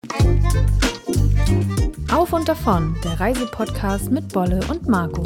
Auf und davon, der Reisepodcast mit Bolle und Marco.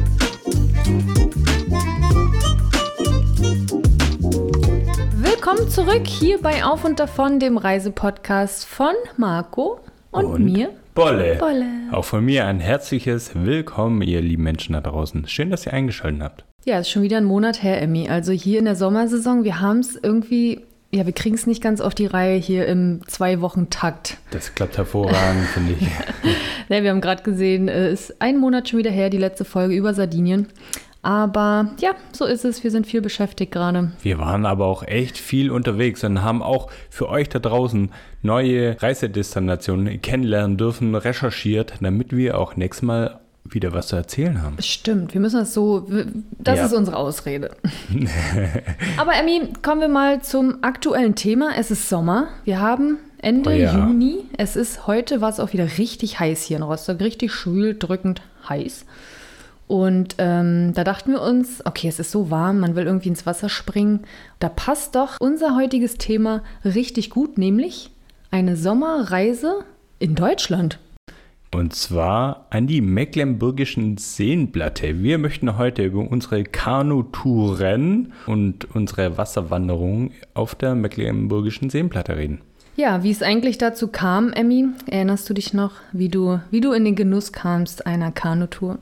Willkommen zurück hier bei Auf und davon, dem Reisepodcast von Marco und mir, Bolle. Auch von mir ein herzliches Willkommen, ihr lieben Menschen da draußen. Schön, dass ihr eingeschaltet habt. Ja, ist schon wieder ein Monat her, Emmy. Also hier in der Sommersaison, wir haben es irgendwie... Ja, wir kriegen es nicht ganz auf die Reihe hier im 2-Wochen-Takt. Das klappt hervorragend, finde ich. Ja, wir haben gerade gesehen, ist ein Monat schon wieder her, die letzte Folge über Sardinien. Aber ja, so ist es. Wir sind viel beschäftigt gerade. Wir waren aber auch echt viel unterwegs und haben auch für euch da draußen neue Reisedestinationen kennenlernen dürfen, recherchiert, damit wir auch nächstes Mal wieder was zu erzählen haben. Stimmt, wir müssen das ist unsere Ausrede. Aber Emmy, kommen wir mal zum aktuellen Thema. Es ist Sommer. Wir haben Ende Juni. Heute war es auch wieder richtig heiß hier in Rostock. Richtig schwül, drückend heiß. Und da dachten wir uns, okay, es ist so warm, man will irgendwie ins Wasser springen. Da passt doch unser heutiges Thema richtig gut, nämlich eine Sommerreise in Deutschland. Und zwar an die Mecklenburgischen Seenplatte. Wir möchten heute über unsere Kanutouren und unsere Wasserwanderung auf der Mecklenburgischen Seenplatte reden. Ja, wie es eigentlich dazu kam, Emmy, erinnerst du dich noch, wie du in den Genuss kamst einer Kanutour?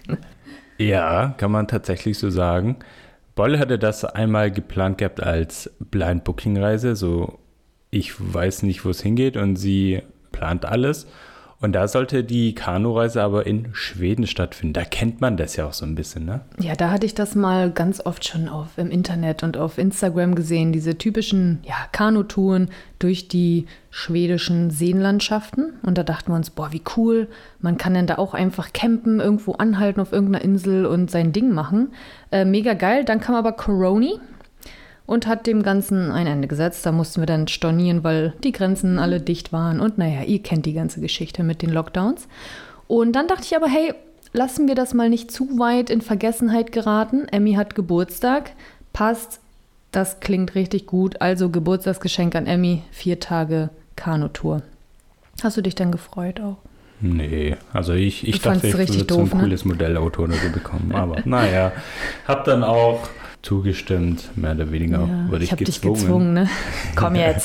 Ja, kann man tatsächlich so sagen. Bolle hatte das einmal geplant gehabt als Blind-Booking-Reise, so ich weiß nicht, wo es hingeht und sie plant alles. Und da sollte die Kanureise aber in Schweden stattfinden. Da kennt man das ja auch so ein bisschen, ne? Ja, da hatte ich das mal ganz oft schon im Internet und auf Instagram gesehen, diese typischen Kanutouren durch die schwedischen Seenlandschaften. Und da dachten wir uns, boah, wie cool, man kann dann da auch einfach campen, irgendwo anhalten auf irgendeiner Insel und sein Ding machen. Mega geil. Dann kam aber Corona und hat dem Ganzen ein Ende gesetzt. Da mussten wir dann stornieren, weil die Grenzen alle dicht waren. Und naja, ihr kennt die ganze Geschichte mit den Lockdowns. Und dann dachte ich aber, hey, lassen wir das mal nicht zu weit in Vergessenheit geraten. Emmy hat Geburtstag. Passt, das klingt richtig gut. Also Geburtstagsgeschenk an Emmy, 4 Tage Kanutour. Hast du dich dann gefreut auch? Nee, also ich dachte, ich würde so ein cooles Modellauto oder so bekommen. Aber naja, hab dann auch zugestimmt, mehr oder weniger wurde ich gezwungen. Ich habe dich gezwungen, ne? Komm jetzt.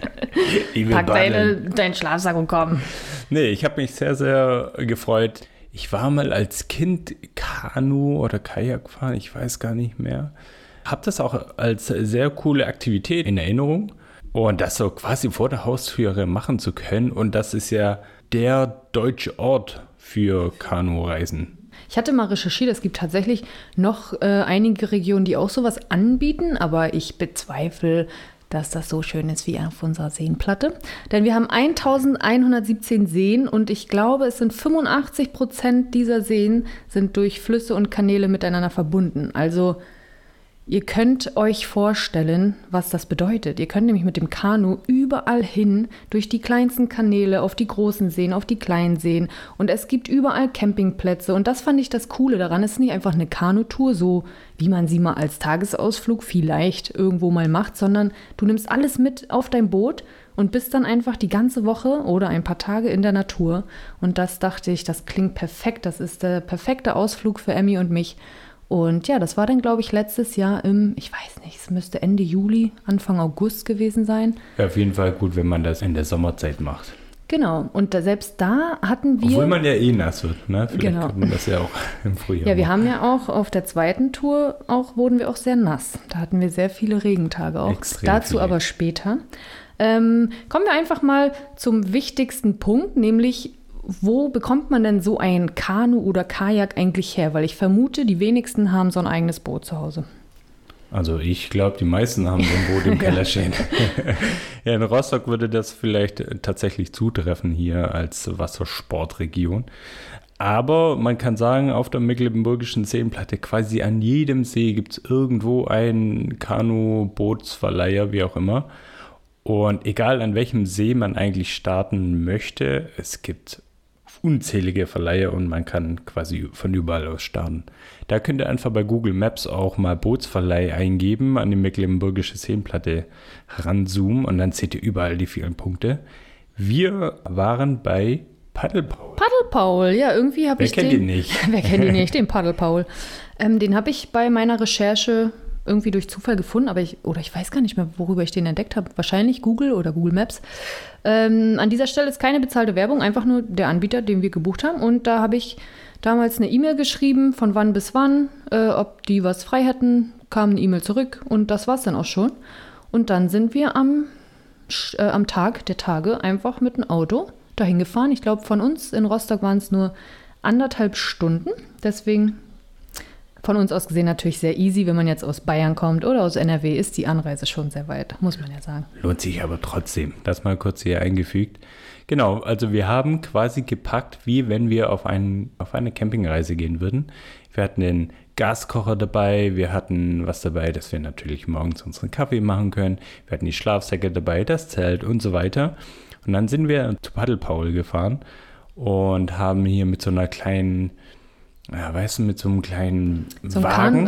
Pack deinen Schlafsack und komm. Nee, ich habe mich sehr, sehr gefreut. Ich war mal als Kind Kanu oder Kajak fahren, ich weiß gar nicht mehr. Habe das auch als sehr coole Aktivität in Erinnerung. Und das so quasi vor der Haustüre machen zu können. Und das ist ja der deutsche Ort für Kanureisen. Ich hatte mal recherchiert, es gibt tatsächlich noch einige Regionen, die auch sowas anbieten, aber ich bezweifle, dass das so schön ist wie auf unserer Seenplatte. Denn wir haben 1117 Seen und ich glaube, es sind 85% dieser Seen sind durch Flüsse und Kanäle miteinander verbunden. Also ihr könnt euch vorstellen, was das bedeutet. Ihr könnt nämlich mit dem Kanu überall hin, durch die kleinsten Kanäle, auf die großen Seen, auf die kleinen Seen. Und es gibt überall Campingplätze. Und das fand ich das Coole daran. Es ist nicht einfach eine Kanutour, so wie man sie mal als Tagesausflug vielleicht irgendwo mal macht, sondern du nimmst alles mit auf dein Boot und bist dann einfach die ganze Woche oder ein paar Tage in der Natur. Und das dachte ich, das klingt perfekt. Das ist der perfekte Ausflug für Emmy und mich. Und ja, das war dann, glaube ich, letztes Jahr ich weiß nicht, es müsste Ende Juli, Anfang August gewesen sein. Ja, auf jeden Fall gut, wenn man das in der Sommerzeit macht. Genau, und selbst da hatten wir... Obwohl man ja nass wird, ne? Vielleicht kann man das ja auch im Frühjahr Ja, wir haben ja auch auf der zweiten Tour wurden wir auch sehr nass. Da hatten wir sehr viele Regentage auch. Extrem Dazu viele. Aber später. Kommen wir einfach mal zum wichtigsten Punkt, nämlich... Wo bekommt man denn so ein Kanu oder Kajak eigentlich her? Weil ich vermute, die wenigsten haben so ein eigenes Boot zu Hause. Also ich glaube, die meisten haben so ein Boot im Keller stehen. Ja, in Rostock würde das vielleicht tatsächlich zutreffen hier als Wassersportregion. Aber man kann sagen, auf der Mecklenburgischen Seenplatte, quasi an jedem See gibt es irgendwo einen Kanu-Bootsverleiher, wie auch immer. Und egal an welchem See man eigentlich starten möchte, es gibt unzählige Verleiher und man kann quasi von überall aus starten. Da könnt ihr einfach bei Google Maps auch mal Bootsverleih eingeben, an die Mecklenburgische Seenplatte ranzoomen und dann seht ihr überall die vielen Punkte. Wir waren bei Paddelpaul. Paddelpaul, ja, irgendwie habe ich den... Wer kennt ihn nicht? Wer kennt ihn nicht, den Paddelpaul. Den habe ich bei meiner Recherche irgendwie durch Zufall gefunden, aber ich weiß gar nicht mehr, worüber ich den entdeckt habe. Wahrscheinlich Google oder Google Maps. An dieser Stelle ist keine bezahlte Werbung, einfach nur der Anbieter, den wir gebucht haben. Und da habe ich damals eine E-Mail geschrieben, von wann bis wann, ob die was frei hätten, kam eine E-Mail zurück und das war es dann auch schon. Und dann sind wir am Tag der Tage einfach mit dem Auto dahin gefahren. Ich glaube, von uns in Rostock waren es nur 1,5 Stunden. Deswegen von uns aus gesehen natürlich sehr easy. Wenn man jetzt aus Bayern kommt oder aus NRW, ist die Anreise schon sehr weit, muss man ja sagen. Lohnt sich aber trotzdem. Das mal kurz hier eingefügt. Genau, also wir haben quasi gepackt, wie wenn wir auf eine Campingreise gehen würden. Wir hatten den Gaskocher dabei, wir hatten was dabei, dass wir natürlich morgens unseren Kaffee machen können. Wir hatten die Schlafsäcke dabei, das Zelt und so weiter. Und dann sind wir zu Paddelpaul gefahren und haben hier mit so einer kleinen, mit so einem kleinen Wagen.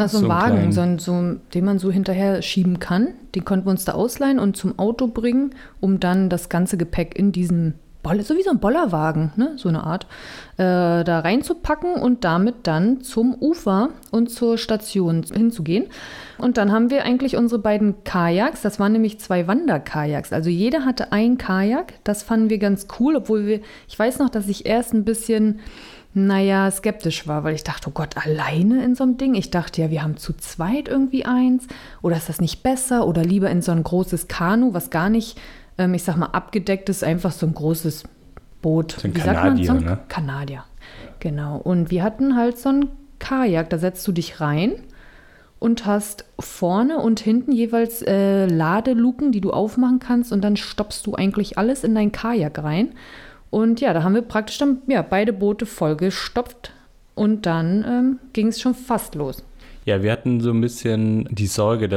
Den man so hinterher schieben kann. Den konnten wir uns da ausleihen und zum Auto bringen, um dann das ganze Gepäck in diesen so wie so ein Bollerwagen, ne? So eine Art, da reinzupacken und damit dann zum Ufer und zur Station hinzugehen. Und dann haben wir eigentlich unsere beiden Kajaks, das waren nämlich 2 Wanderkajaks, also jeder hatte ein Kajak, das fanden wir ganz cool, ich weiß noch, dass ich erst ein bisschen, skeptisch war, weil ich dachte, oh Gott, alleine in so einem Ding? Ich dachte ja, wir haben zu zweit irgendwie eins, oder ist das nicht besser, oder lieber in so ein großes Kanu, was gar nicht ich sag mal, abgedeckt ist, einfach so ein großes Boot. So ein Kanadier, ne? Kanadier, genau. Und wir hatten halt so ein Kajak, da setzt du dich rein und hast vorne und hinten jeweils Ladeluken, die du aufmachen kannst und dann stoppst du eigentlich alles in dein Kajak rein. Und ja, da haben wir praktisch dann beide Boote vollgestopft und dann ging es schon fast los. Ja, wir hatten so ein bisschen die Sorge,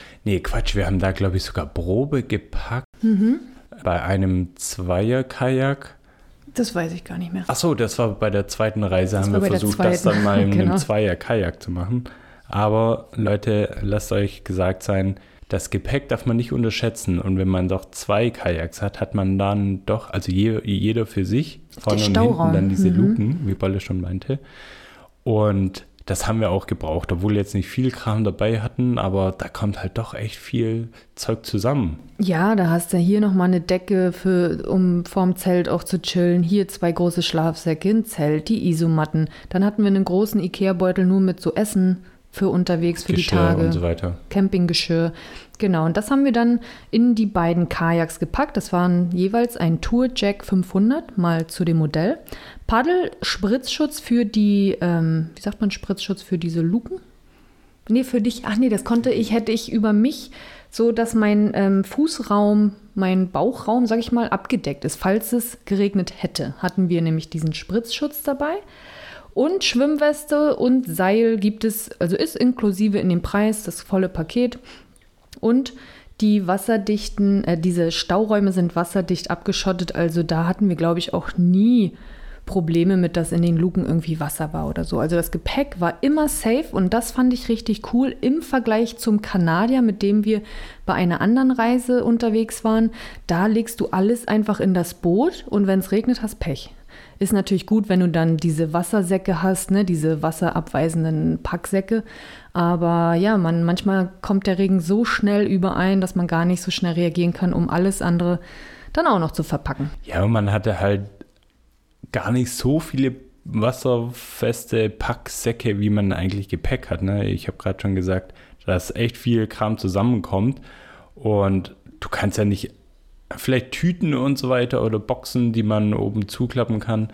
wir haben da, glaube ich, sogar Probe gepackt bei einem Zweier-Kajak. Das weiß ich gar nicht mehr. Ach so, das war bei der zweiten Reise, haben wir versucht, das dann mal in einem Zweier-Kajak zu machen. Aber Leute, lasst euch gesagt sein, das Gepäck darf man nicht unterschätzen. Und wenn man doch 2 Kajaks hat man dann doch, also jeder für sich, vorne und hinten dann diese Luken, wie Bolle schon meinte. Und das haben wir auch gebraucht, obwohl wir jetzt nicht viel Kram dabei hatten, aber da kommt halt doch echt viel Zeug zusammen. Ja, da hast du hier nochmal eine Decke, um vorm Zelt auch zu chillen. Hier 2 große Schlafsäcke, ein Zelt, die Isomatten. Dann hatten wir einen großen Ikea-Beutel nur mit so Essen für unterwegs, für Geschirr die Tage. Und so weiter. Campinggeschirr. Genau, und das haben wir dann in die beiden Kajaks gepackt. Das waren jeweils ein Tour Jack 500, mal zu dem Modell. Paddel-Spritzschutz für die, Spritzschutz für diese Luken? Nee, für dich, hätte ich über mich, so dass mein Fußraum, mein Bauchraum, sag ich mal, abgedeckt ist. Falls es geregnet hätte, hatten wir nämlich diesen Spritzschutz dabei. Und Schwimmweste und Seil ist inklusive in dem Preis, das volle Paket. Und die diese Stauräume sind wasserdicht abgeschottet, also da hatten wir, glaube ich, auch nie Probleme mit, dass in den Luken irgendwie Wasser war oder so. Also das Gepäck war immer safe und das fand ich richtig cool im Vergleich zum Kanadier, mit dem wir bei einer anderen Reise unterwegs waren. Da legst du alles einfach in das Boot und wenn es regnet, hast Pech. Ist natürlich gut, wenn du dann diese Wassersäcke hast, ne, diese wasserabweisenden Packsäcke. Aber ja, manchmal kommt der Regen so schnell überein, dass man gar nicht so schnell reagieren kann, um alles andere dann auch noch zu verpacken. Ja, und man hatte halt gar nicht so viele wasserfeste Packsäcke, wie man eigentlich Gepäck hat. Ne? Ich habe gerade schon gesagt, dass echt viel Kram zusammenkommt und du kannst ja nicht vielleicht Tüten und so weiter oder Boxen, die man oben zuklappen kann.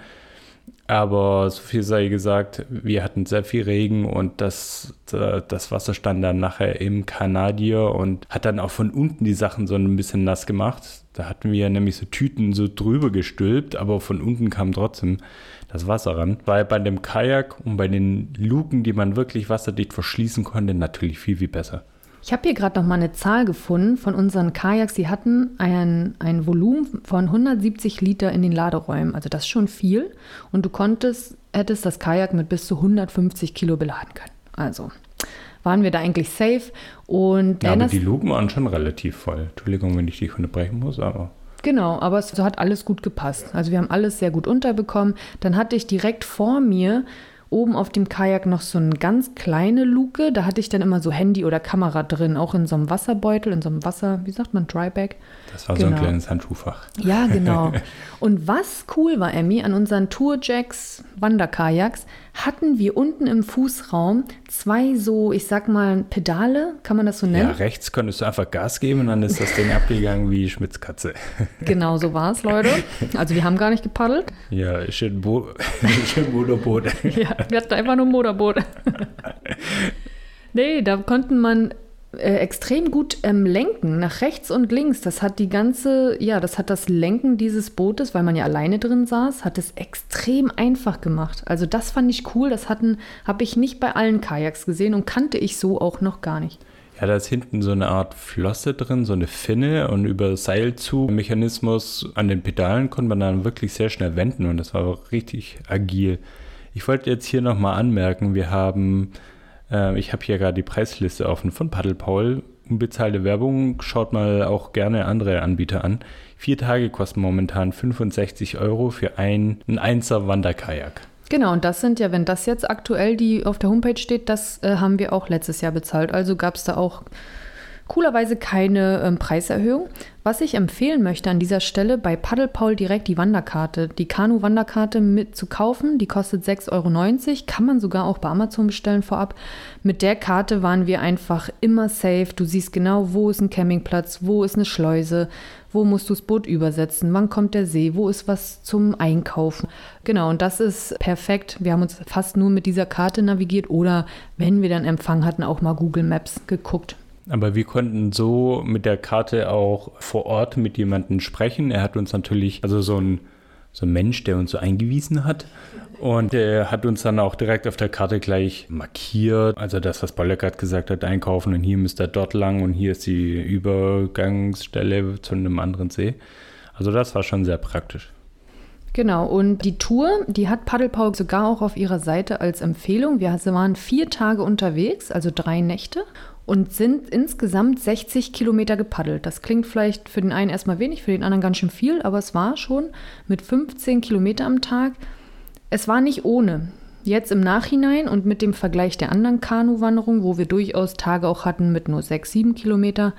Aber so viel sei gesagt, wir hatten sehr viel Regen und das Wasser stand dann nachher im Kanadier und hat dann auch von unten die Sachen so ein bisschen nass gemacht. Da hatten wir nämlich so Tüten so drüber gestülpt, aber von unten kam trotzdem das Wasser ran. Weil bei dem Kajak und bei den Luken, die man wirklich wasserdicht verschließen konnte, natürlich viel, viel besser. Ich habe hier gerade noch mal eine Zahl gefunden von unseren Kajaks. Die hatten ein Volumen von 170 Liter in den Laderäumen. Also das ist schon viel. Und du hättest das Kajak mit bis zu 150 Kilo beladen können. Also waren wir da eigentlich safe. Und ja, aber die Luken waren schon relativ voll. Entschuldigung, wenn ich dich unterbrechen muss, aber... Genau, aber es hat alles gut gepasst. Also wir haben alles sehr gut unterbekommen. Dann hatte ich direkt vor mir oben auf dem Kajak noch so eine ganz kleine Luke. Da hatte ich dann immer so Handy oder Kamera drin, auch in so einem Wasserbeutel, in so einem Wasser, wie sagt man, Drybag. Das war so ein kleines Handschuhfach. Ja, genau. Und was cool war, Emmy, an unseren Tourjacks, Wanderkajaks, hatten wir unten im Fußraum 2 so, ich sag mal, Pedale, kann man das so nennen? Ja, rechts konntest du einfach Gas geben und dann ist das Ding abgegangen wie Schmitz Katze. Genau, so war es, Leute. Also wir haben gar nicht gepaddelt. Ja, schön Motorboot. Ja, wir hatten einfach nur ein Motorboot. Nee, da konnten man extrem gut lenken, nach rechts und links. Das hat das Lenken dieses Bootes, weil man ja alleine drin saß, hat es extrem einfach gemacht. Also das fand ich cool, das habe ich nicht bei allen Kajaks gesehen und kannte ich so auch noch gar nicht. Ja, da ist hinten so eine Art Flosse drin, so eine Finne und über Seilzugmechanismus an den Pedalen konnte man dann wirklich sehr schnell wenden und das war auch richtig agil. Ich wollte jetzt hier nochmal anmerken, ich habe hier gerade die Preisliste offen von Paddle Paul. Unbezahlte Werbung, schaut mal auch gerne andere Anbieter an. 4 Tage kosten momentan 65 € für ein 1er Wanderkajak. Genau, und das sind ja, wenn das jetzt aktuell die auf der Homepage steht, das haben wir auch letztes Jahr bezahlt. Also gab es da auch coolerweise keine Preiserhöhung. Was ich empfehlen möchte an dieser Stelle, bei Paddle Paul direkt die Wanderkarte, die Kanu-Wanderkarte mit zu kaufen. Die kostet 6,90 €, kann man sogar auch bei Amazon bestellen vorab. Mit der Karte waren wir einfach immer safe. Du siehst genau, wo ist ein Campingplatz, wo ist eine Schleuse, wo musst du das Boot übersetzen, wann kommt der See, wo ist was zum Einkaufen. Genau, und das ist perfekt. Wir haben uns fast nur mit dieser Karte navigiert oder, wenn wir dann Empfang hatten, auch mal Google Maps geguckt. Aber wir konnten so mit der Karte auch vor Ort mit jemandem sprechen. Er hat uns natürlich, also so ein Mensch, der uns so eingewiesen hat. Und er hat uns dann auch direkt auf der Karte gleich markiert. Also das, was Bolle gerade gesagt hat, einkaufen und hier müsst ihr dort lang und hier ist die Übergangsstelle zu einem anderen See. Also das war schon sehr praktisch. Genau, und die Tour, die hat Paddle Paul sogar auch auf ihrer Seite als Empfehlung. Wir waren 4 Tage unterwegs, also 3 Nächte. Und sind insgesamt 60 Kilometer gepaddelt. Das klingt vielleicht für den einen erstmal wenig, für den anderen ganz schön viel, aber es war schon mit 15 Kilometer am Tag. Es war nicht ohne. Jetzt im Nachhinein und mit dem Vergleich der anderen Kanuwanderungen, wo wir durchaus Tage auch hatten mit nur 6, 7 Kilometer,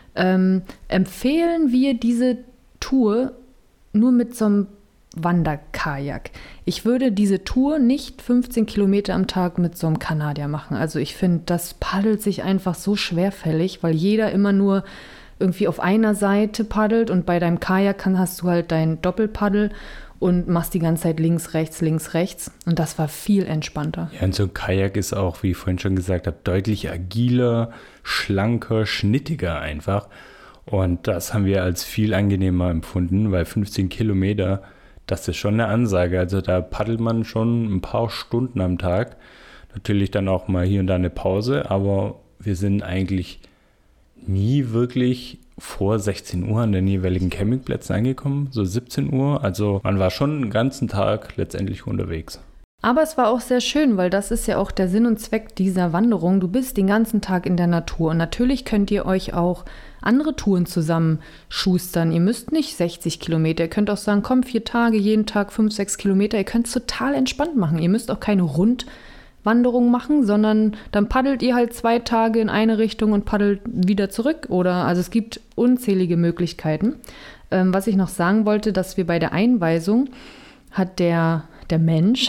empfehlen wir diese Tour nur mit so einem Wanderkajak. Ich würde diese Tour nicht 15 Kilometer am Tag mit so einem Kanadier machen. Also ich finde, das paddelt sich einfach so schwerfällig, weil jeder immer nur irgendwie auf einer Seite paddelt und bei deinem Kajak hast du halt dein Doppelpaddel und machst die ganze Zeit links, rechts und das war viel entspannter. Ja, und so ein Kajak ist auch, wie ich vorhin schon gesagt habe, deutlich agiler, schlanker, schnittiger einfach und das haben wir als viel angenehmer empfunden, weil 15 Kilometer, das ist schon eine Ansage. Also da paddelt man schon ein paar Stunden am Tag. Natürlich dann auch mal hier und da eine Pause, aber wir sind eigentlich nie wirklich vor 16 Uhr an den jeweiligen Campingplätzen angekommen, so 17 Uhr. Also man war schon den ganzen Tag letztendlich unterwegs. Aber es war auch sehr schön, weil das ist ja auch der Sinn und Zweck dieser Wanderung. Du bist den ganzen Tag in der Natur und natürlich könnt ihr euch auch andere Touren zusammen schustern. Ihr müsst nicht 60 Kilometer. Ihr könnt auch sagen, komm, 4 Tage, jeden Tag 5, 6 Kilometer. Ihr könnt es total entspannt machen. Ihr müsst auch keine Rundwanderung machen, sondern dann paddelt ihr halt 2 Tage in eine Richtung und paddelt wieder zurück. Also es gibt unzählige Möglichkeiten. Was ich noch sagen wollte, dass wir bei der Einweisung hat der Mensch,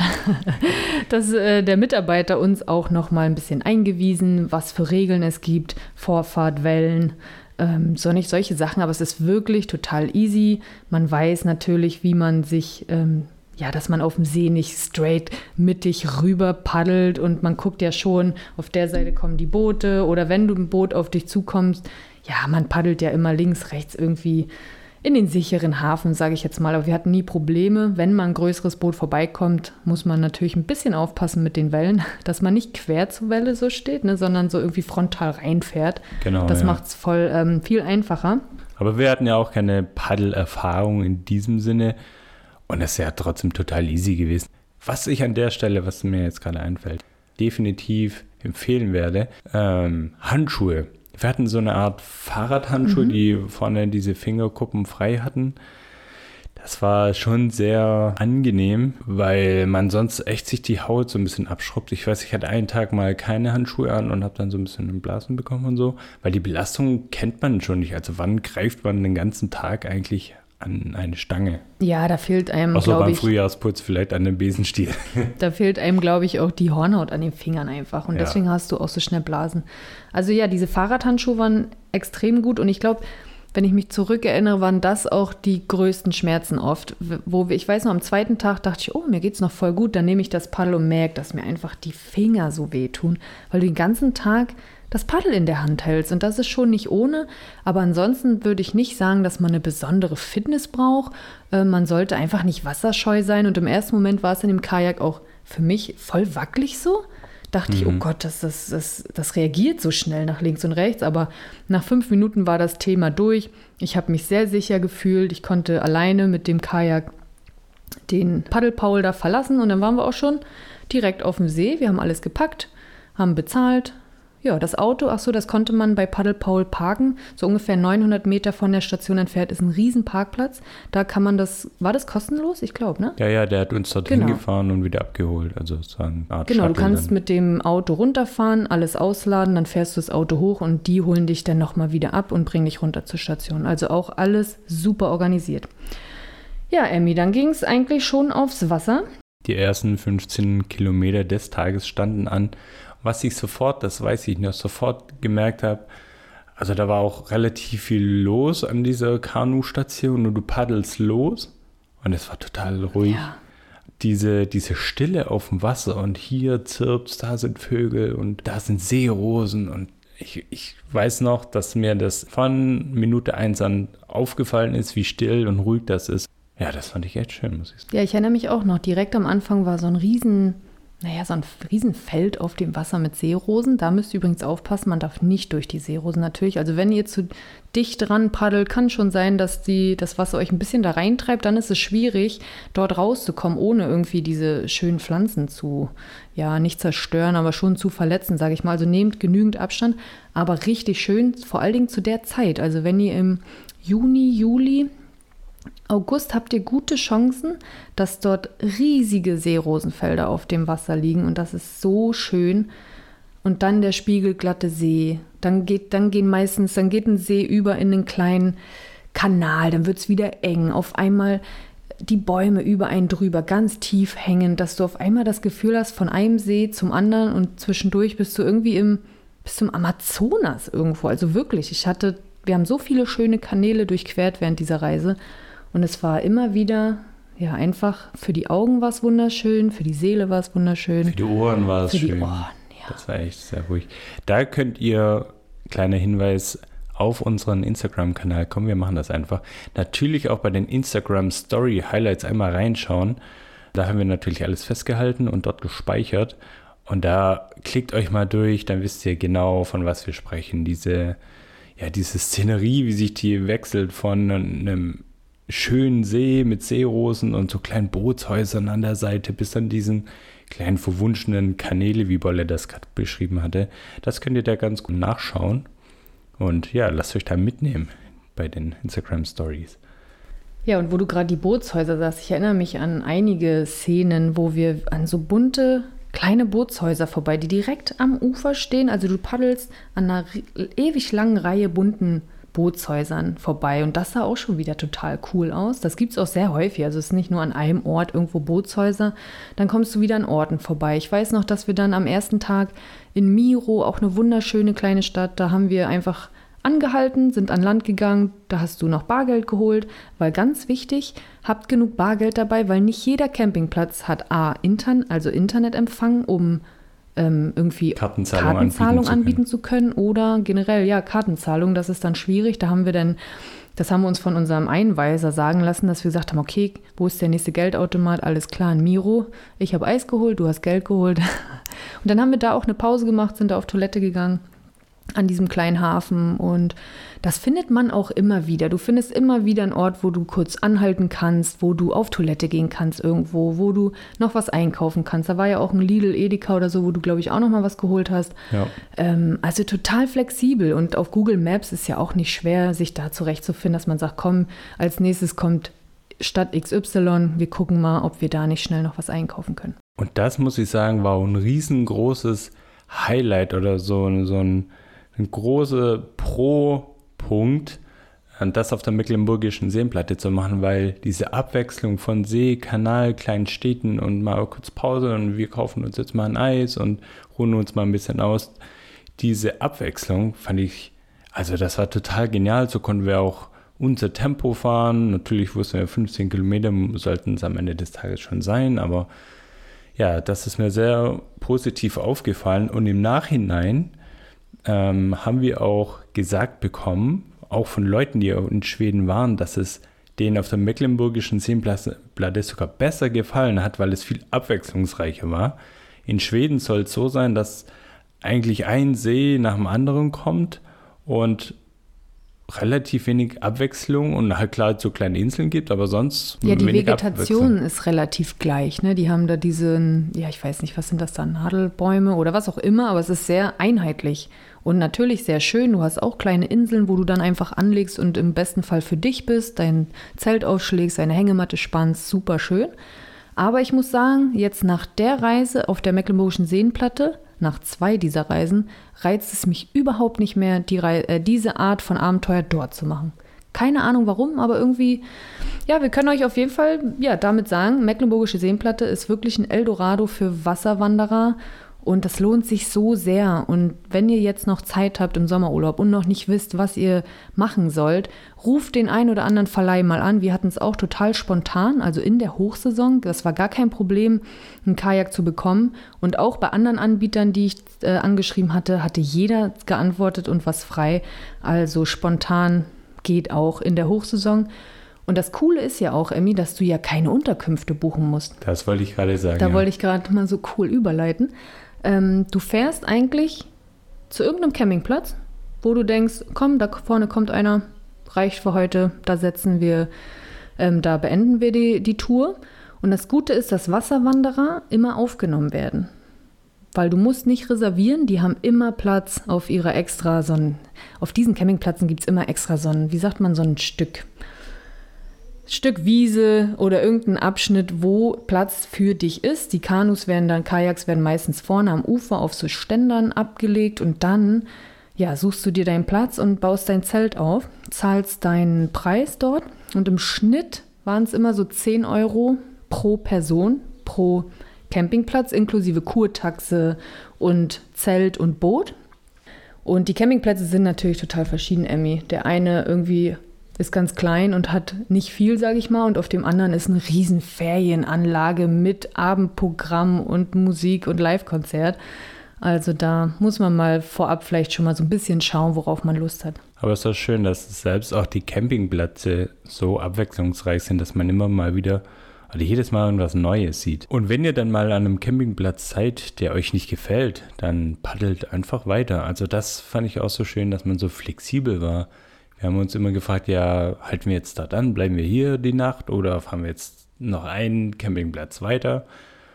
der Mitarbeiter uns auch noch mal ein bisschen eingewiesen, was für Regeln es gibt, Vorfahrt, Wellen, solche Sachen, aber es ist wirklich total easy. Man weiß natürlich, wie man sich, dass man auf dem See nicht straight mittig rüber paddelt und man guckt ja schon, auf der Seite kommen die Boote oder wenn du ein Boot auf dich zukommst, ja, man paddelt ja immer links, rechts irgendwie in den sicheren Hafen, sage ich jetzt mal. Aber wir hatten nie Probleme. Wenn mal ein größeres Boot vorbeikommt, muss man natürlich ein bisschen aufpassen mit den Wellen, dass man nicht quer zur Welle so steht, sondern so irgendwie frontal reinfährt. Genau, das macht es viel einfacher. Aber wir hatten ja auch keine Paddelerfahrung in diesem Sinne und es ist ja trotzdem total easy gewesen. Was ich an der Stelle, was mir jetzt gerade einfällt, definitiv empfehlen werde, Handschuhe. Wir hatten so eine Art Fahrradhandschuhe, die vorne diese Fingerkuppen frei hatten. Das war schon sehr angenehm, weil man sonst echt sich die Haut so ein bisschen abschrubbt. Ich weiß, ich hatte einen Tag mal keine Handschuhe an und habe dann so ein bisschen Blasen bekommen und so. Weil die Belastung kennt man schon nicht. Also wann greift man den ganzen Tag eigentlich an eine Stange? Ja, da fehlt einem, außer glaube beim ich, Frühjahrsputz vielleicht an den Besenstiel. da fehlt einem, glaube ich, auch die Hornhaut an den Fingern einfach. Und deswegen hast du auch so schnell Blasen. Also ja, diese Fahrradhandschuhe waren extrem gut. Und ich glaube, wenn ich mich zurückerinnere, waren das auch die größten Schmerzen oft. Ich weiß noch, am zweiten Tag dachte ich, oh, mir geht's noch voll gut. Dann nehme ich das Paddel und merke, dass mir einfach die Finger so wehtun, weil du den ganzen Tag das Paddel in der Hand hältst. Und das ist schon nicht ohne. Aber ansonsten würde ich nicht sagen, dass man eine besondere Fitness braucht. Man sollte einfach nicht wasserscheu sein. Und im ersten Moment war es in dem Kajak auch für mich voll wackelig so. Dachte ich, oh Gott, das reagiert so schnell nach links und rechts. Aber nach 5 Minuten war das Thema durch. Ich habe mich sehr sicher gefühlt. Ich konnte alleine mit dem Kajak den Paddelpaul da verlassen. Und dann waren wir auch schon direkt auf dem See. Wir haben alles gepackt, haben bezahlt. Ja, das Auto, das konnte man bei Paddelpaul parken. So ungefähr 900 Meter von der Station entfernt ist ein riesen Parkplatz. Da kann man war das kostenlos? Ich glaube, ne? Ja, der hat uns dorthin gefahren und wieder abgeholt. Also es war eine Art Genau, Shuttle du kannst dann mit dem Auto runterfahren, alles ausladen, dann fährst du das Auto hoch und die holen dich dann nochmal wieder ab und bringen dich runter zur Station. Also auch alles super organisiert. Ja, Emmy, dann ging es eigentlich schon aufs Wasser. Die ersten 15 Kilometer des Tages standen an. Was ich sofort, das weiß ich noch, sofort gemerkt habe, also da war auch relativ viel los an dieser Kanustation und du paddelst los und es war total ruhig. Ja. Diese Stille auf dem Wasser und hier zirpt's, da sind Vögel und da sind Seerosen und ich weiß noch, dass mir das von Minute 1 an aufgefallen ist, wie still und ruhig das ist. Ja, das fand ich echt schön, muss ich sagen. Ja, ich erinnere mich auch noch, direkt am Anfang war so ein Riesenfeld auf dem Wasser mit Seerosen. Da müsst ihr übrigens aufpassen, man darf nicht durch die Seerosen natürlich. Also wenn ihr zu dicht dran paddelt, kann schon sein, dass das Wasser euch ein bisschen da reintreibt. Dann ist es schwierig, dort rauszukommen, ohne irgendwie diese schönen Pflanzen zu, nicht zerstören, aber schon zu verletzen, sage ich mal. Also nehmt genügend Abstand, aber richtig schön, vor allen Dingen zu der Zeit. Also wenn ihr im Juni, Juli, August habt ihr gute Chancen, dass dort riesige Seerosenfelder auf dem Wasser liegen und das ist so schön. Und dann der spiegelglatte See. Dann geht ein See über in einen kleinen Kanal, dann wird es wieder eng. Auf einmal die Bäume über einen drüber, ganz tief hängend, dass du auf einmal das Gefühl hast, von einem See zum anderen und zwischendurch bist du irgendwie bis zum Amazonas irgendwo. Also wirklich, wir haben so viele schöne Kanäle durchquert während dieser Reise. Und es war immer wieder, einfach für die Augen war es wunderschön, für die Seele war es wunderschön. Für die Ohren war es schön. Für die Ohren, ja. Das war echt sehr ruhig. Da könnt ihr, kleiner Hinweis, auf unseren Instagram-Kanal kommen. Wir machen das einfach. Natürlich auch bei den Instagram-Story-Highlights einmal reinschauen. Da haben wir natürlich alles festgehalten und dort gespeichert. Und da klickt euch mal durch, dann wisst ihr genau, von was wir sprechen. Diese Szenerie, wie sich die wechselt von einem schönen See mit Seerosen und so kleinen Bootshäusern an der Seite bis an diesen kleinen verwunschenen Kanäle, wie Bolle das gerade beschrieben hatte. Das könnt ihr da ganz gut nachschauen. Und ja, lasst euch da mitnehmen bei den Instagram-Stories. Ja, und wo du gerade die Bootshäuser sagst, ich erinnere mich an einige Szenen, wo wir an so bunte kleine Bootshäuser vorbei, die direkt am Ufer stehen. Also du paddelst an einer ewig langen Reihe bunten Bootshäusern vorbei und das sah auch schon wieder total cool aus. Das gibt es auch sehr häufig, also es ist nicht nur an einem Ort irgendwo Bootshäuser, dann kommst du wieder an Orten vorbei. Ich weiß noch, dass wir dann am ersten Tag in Miro, auch eine wunderschöne kleine Stadt, da haben wir einfach angehalten, sind an Land gegangen, da hast du noch Bargeld geholt, weil ganz wichtig, habt genug Bargeld dabei, weil nicht jeder Campingplatz hat Internetempfang, um irgendwie Kartenzahlung anbieten zu können oder generell, Kartenzahlung, das ist dann schwierig. Das haben wir uns von unserem Einweiser sagen lassen, dass wir gesagt haben, okay, wo ist der nächste Geldautomat? Alles klar, in Miro. Ich habe Eis geholt, du hast Geld geholt. Und dann haben wir da auch eine Pause gemacht, sind da auf Toilette gegangen. an diesem kleinen Hafen und das findet man auch immer wieder. Du findest immer wieder einen Ort, wo du kurz anhalten kannst, wo du auf Toilette gehen kannst irgendwo, wo du noch was einkaufen kannst. Da war ja auch ein Lidl, Edeka oder so, wo du, glaube ich, auch noch mal was geholt hast. Ja. Also total flexibel und auf Google Maps ist ja auch nicht schwer, sich da zurechtzufinden, dass man sagt, komm, als nächstes kommt Stadt XY, wir gucken mal, ob wir da nicht schnell noch was einkaufen können. Und das, muss ich sagen, war ein riesengroßes Highlight oder so ein großer Pro-Punkt, das auf der Mecklenburgischen Seenplatte zu machen, weil diese Abwechslung von See, Kanal, kleinen Städten und mal kurz Pause und wir kaufen uns jetzt mal ein Eis und ruhen uns mal ein bisschen aus. Diese Abwechslung fand ich, also das war total genial. So konnten wir auch unser Tempo fahren. Natürlich wussten wir, 15 Kilometer sollten es am Ende des Tages schon sein, aber ja, das ist mir sehr positiv aufgefallen und im Nachhinein haben wir auch gesagt bekommen, auch von Leuten, die in Schweden waren, dass es denen auf der Mecklenburgischen Seenplatte sogar besser gefallen hat, weil es viel abwechslungsreicher war. In Schweden soll es so sein, dass eigentlich ein See nach dem anderen kommt und relativ wenig Abwechslung und halt klar so kleine Inseln gibt, aber sonst ja, die wenig Vegetation ist relativ gleich, ne? Die haben da diesen, ja, ich weiß nicht, was sind das da, Nadelbäume oder was auch immer, aber es ist sehr einheitlich und natürlich sehr schön. Du hast auch kleine Inseln, wo du dann einfach anlegst und im besten Fall für dich bist, dein Zelt aufschlägst, deine Hängematte spannst, super schön. Aber ich muss sagen, jetzt nach der Reise auf der Mecklenburgischen Seenplatte, nach 2 dieser Reisen, reizt es mich überhaupt nicht mehr, diese Art von Abenteuer dort zu machen. Keine Ahnung warum, aber irgendwie, ja, wir können euch auf jeden Fall damit sagen, Mecklenburgische Seenplatte ist wirklich ein Eldorado für Wasserwanderer und das lohnt sich so sehr. Und wenn ihr jetzt noch Zeit habt im Sommerurlaub und noch nicht wisst, was ihr machen sollt, ruft den einen oder anderen Verleih mal an. Wir hatten es auch total spontan, also in der Hochsaison. Das war gar kein Problem, einen Kajak zu bekommen. Und auch bei anderen Anbietern, die ich angeschrieben hatte, hatte jeder geantwortet und was frei. Also spontan geht auch in der Hochsaison. Und das Coole ist ja auch, Emmy, dass du ja keine Unterkünfte buchen musst. Das wollte ich gerade sagen. Da wollte ich gerade mal so cool überleiten. Du fährst eigentlich zu irgendeinem Campingplatz, wo du denkst, komm, da vorne kommt einer, reicht für heute, da da beenden wir die Tour. Und das Gute ist, dass Wasserwanderer immer aufgenommen werden. Weil du musst nicht reservieren, die haben immer Platz auf ihrer auf diesen Campingplätzen gibt es immer extra so ein Stück Wiese oder irgendein Abschnitt, wo Platz für dich ist. Die Kajaks werden meistens vorne am Ufer auf so Ständern abgelegt und dann suchst du dir deinen Platz und baust dein Zelt auf, zahlst deinen Preis dort und im Schnitt waren es immer so 10 Euro pro Person, pro Campingplatz, inklusive Kurtaxe und Zelt und Boot. Und die Campingplätze sind natürlich total verschieden, Emmy. Der eine irgendwie ist ganz klein und hat nicht viel, sage ich mal. Und auf dem anderen ist eine riesen Ferienanlage mit Abendprogramm und Musik und Live-Konzert. Also da muss man mal vorab vielleicht schon mal so ein bisschen schauen, worauf man Lust hat. Aber es ist doch schön, dass selbst auch die Campingplätze so abwechslungsreich sind, dass man immer mal wieder oder jedes Mal irgendwas Neues sieht. Und wenn ihr dann mal an einem Campingplatz seid, der euch nicht gefällt, dann paddelt einfach weiter. Also das fand ich auch so schön, dass man so flexibel war. Wir haben uns immer gefragt, ja, halten wir jetzt da dann, bleiben wir hier die Nacht oder fahren wir jetzt noch einen Campingplatz weiter?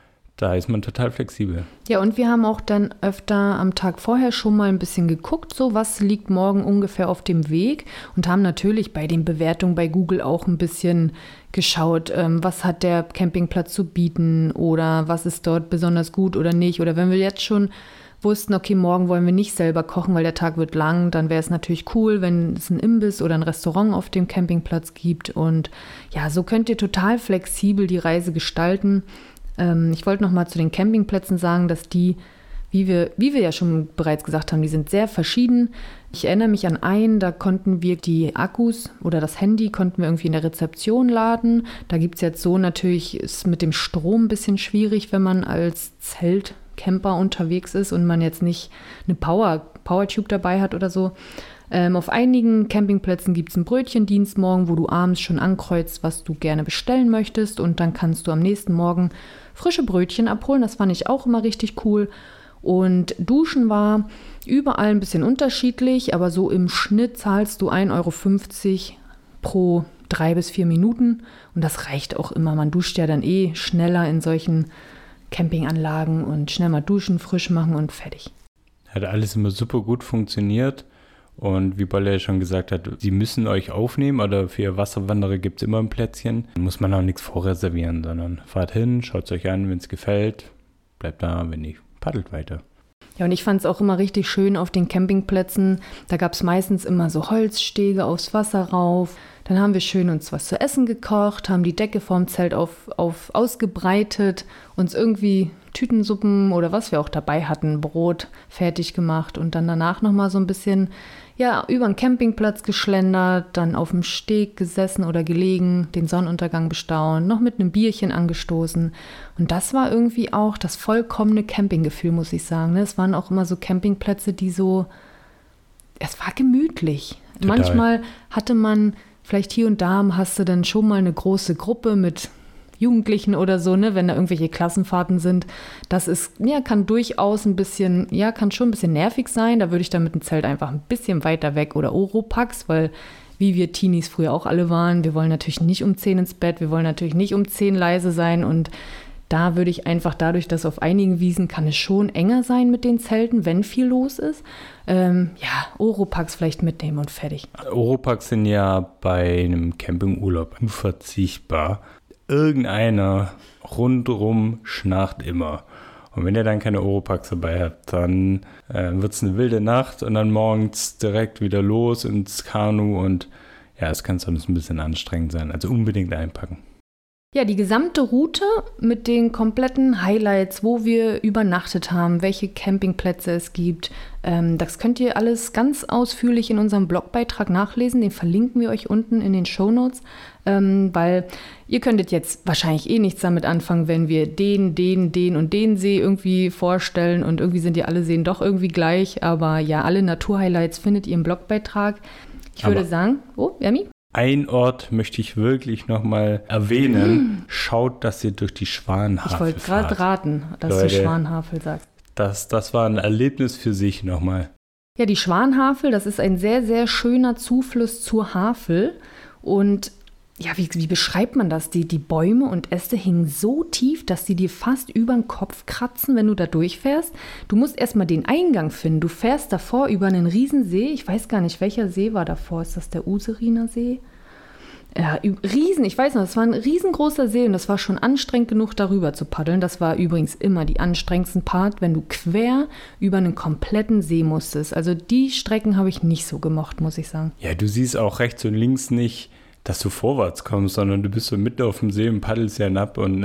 Da ist man total flexibel. Ja, und wir haben auch dann öfter am Tag vorher schon mal ein bisschen geguckt, so was liegt morgen ungefähr auf dem Weg und haben natürlich bei den Bewertungen bei Google auch ein bisschen geschaut, was hat der Campingplatz zu bieten oder was ist dort besonders gut oder nicht. Oder wenn wir jetzt schon wussten, okay, morgen wollen wir nicht selber kochen, weil der Tag wird lang, dann wäre es natürlich cool, wenn es einen Imbiss oder ein Restaurant auf dem Campingplatz gibt. Und ja, so könnt ihr total flexibel die Reise gestalten. Ich wollte noch mal zu den Campingplätzen sagen, dass die, wie wir ja schon bereits gesagt haben, die sind sehr verschieden. Ich erinnere mich an einen, da konnten wir die Akkus oder das Handy konnten wir irgendwie in der Rezeption laden. Da gibt es jetzt so natürlich, ist mit dem Strom ein bisschen schwierig, wenn man als Zeltcamper unterwegs ist und man jetzt nicht eine Powertube dabei hat oder so. Auf einigen Campingplätzen gibt es einen Brötchendienst morgen, wo du abends schon ankreuzt, was du gerne bestellen möchtest und dann kannst du am nächsten Morgen frische Brötchen abholen. Das fand ich auch immer richtig cool. Und Duschen war überall ein bisschen unterschiedlich, aber so im Schnitt zahlst du 1,50 € pro 3 bis 4 Minuten. Und das reicht auch immer. Man duscht ja dann schneller in solchen Campinganlagen und schnell mal duschen, frisch machen und fertig. Hat alles immer super gut funktioniert. Und wie Bolle ja schon gesagt hat, sie müssen euch aufnehmen oder für Wasserwanderer gibt es immer ein Plätzchen. Da muss man auch nichts vorreservieren, sondern fahrt hin, schaut es euch an, wenn es gefällt, bleibt da, wenn nicht, paddelt weiter. Ja, und ich fand es auch immer richtig schön auf den Campingplätzen. Da gab es meistens immer so Holzstege aufs Wasser rauf. Dann haben wir schön uns was zu essen gekocht, haben die Decke vorm Zelt ausgebreitet, uns irgendwie Tütensuppen oder was wir auch dabei hatten, Brot fertig gemacht und dann danach nochmal so ein bisschen über den Campingplatz geschlendert, dann auf dem Steg gesessen oder gelegen, den Sonnenuntergang bestaunt, noch mit einem Bierchen angestoßen. Und das war irgendwie auch das vollkommene Campinggefühl, muss ich sagen. Es waren auch immer so Campingplätze, es war gemütlich. Total. Manchmal hatte man, vielleicht hier und da hast du dann schon mal eine große Gruppe mit Jugendlichen oder so, ne, wenn da irgendwelche Klassenfahrten sind. Das ist, kann durchaus kann schon ein bisschen nervig sein. Da würde ich dann mit dem Zelt einfach ein bisschen weiter weg oder Oropax, weil wie wir Teenies früher auch alle waren, wir wollen natürlich nicht um 10 ins Bett, wir wollen natürlich nicht um 10 leise sein und da würde ich einfach dadurch, dass auf einigen Wiesen kann es schon enger sein mit den Zelten, wenn viel los ist. Oropax vielleicht mitnehmen und fertig. Oropax sind ja bei einem Campingurlaub unverzichtbar. Irgendeiner rundherum schnarcht immer. Und wenn ihr dann keine Oropax dabei habt, dann wird es eine wilde Nacht und dann morgens direkt wieder los ins Kanu und es kann sonst ein bisschen anstrengend sein. Also unbedingt einpacken. Ja, die gesamte Route mit den kompletten Highlights, wo wir übernachtet haben, welche Campingplätze es gibt, das könnt ihr alles ganz ausführlich in unserem Blogbeitrag nachlesen. Den verlinken wir euch unten in den Shownotes, weil ihr könntet jetzt wahrscheinlich nichts damit anfangen, wenn wir den und den See irgendwie vorstellen und irgendwie sind die alle Seen doch irgendwie gleich. Aber ja, alle Naturhighlights findet ihr im Blogbeitrag. Ich würde sagen, Yami? Ein Ort möchte ich wirklich nochmal erwähnen. Schaut, dass ihr durch die Schwanhavel fahrt. Ich wollte gerade raten, dass Leute, du Schwanhavel sagst. Das war ein Erlebnis für sich nochmal. Ja, die Schwanhavel, das ist ein sehr, sehr schöner Zufluss zur Havel. Und ja, wie beschreibt man das? Die Bäume und Äste hingen so tief, dass sie dir fast über den Kopf kratzen, wenn du da durchfährst. Du musst erstmal den Eingang finden. Du fährst davor über einen Riesensee. Ich weiß gar nicht, welcher See war davor. Ist das der Useriner See? Ja, ich weiß noch, das war ein riesengroßer See und das war schon anstrengend genug, darüber zu paddeln. Das war übrigens immer die anstrengendsten Part, wenn du quer über einen kompletten See musstest. Also die Strecken habe ich nicht so gemocht, muss ich sagen. Ja, du siehst auch rechts und links nicht, dass du vorwärts kommst, sondern du bist so mitten auf dem See und paddelst ja hinab und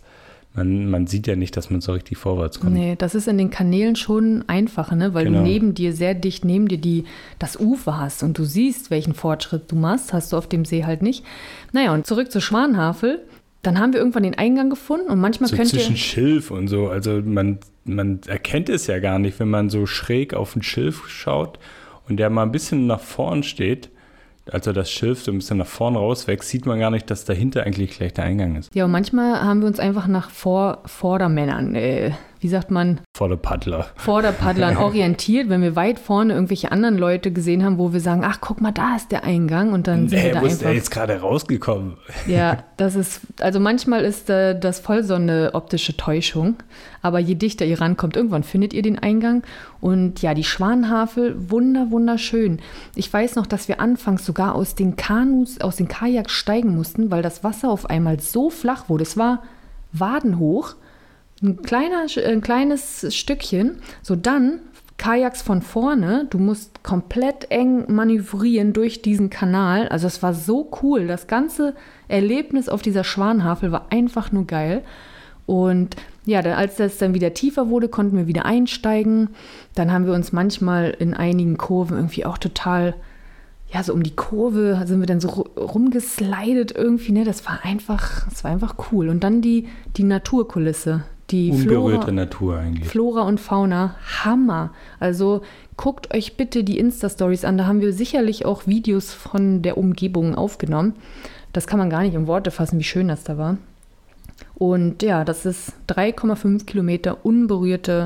man sieht ja nicht, dass man so richtig vorwärts kommt. Nee, das ist in den Kanälen schon einfacher, ne? Weil du sehr dicht neben dir das Ufer hast und du siehst, welchen Fortschritt du machst, hast du auf dem See halt nicht. Naja, und zurück zur Schwanhavel. Dann haben wir irgendwann den Eingang gefunden und manchmal so zwischen Schilf und so, also man erkennt es ja gar nicht, wenn man so schräg auf den Schilf schaut und der mal ein bisschen nach vorn steht. Also das Schilf so ein bisschen nach vorn rauswächst, sieht man gar nicht, dass dahinter eigentlich gleich der Eingang ist. Ja, und manchmal haben wir uns einfach nach Vordermännern, wie sagt man? Vorderpaddlern orientiert, wenn wir weit vorne irgendwelche anderen Leute gesehen haben, wo wir sagen, ach, guck mal, da ist der Eingang und dann sind wir da wo ist der jetzt gerade rausgekommen? Ja, also manchmal ist das voll so eine optische Täuschung, aber je dichter ihr rankommt, irgendwann findet ihr den Eingang und ja, die Schwanhavel, wunderschön. Ich weiß noch, dass wir anfangs sogar aus den Kajaks steigen mussten, weil das Wasser auf einmal so flach wurde. Es war wadenhoch. Ein kleines Stückchen, so dann Kajaks von vorne, du musst komplett eng manövrieren durch diesen Kanal, also es war so cool, das ganze Erlebnis auf dieser Schwanhavel war einfach nur geil und ja, als das dann wieder tiefer wurde, konnten wir wieder einsteigen, dann haben wir uns manchmal in einigen Kurven irgendwie auch total, ja, so um die Kurve sind wir dann so rumgeslidet irgendwie, ne, das war einfach cool und dann die Naturkulisse. Die unberührte Natur eigentlich. Flora und Fauna, Hammer. Also guckt euch bitte die Insta-Stories an. Da haben wir sicherlich auch Videos von der Umgebung aufgenommen. Das kann man gar nicht in Worte fassen, wie schön das da war. Und ja, das ist 3,5 Kilometer unberührte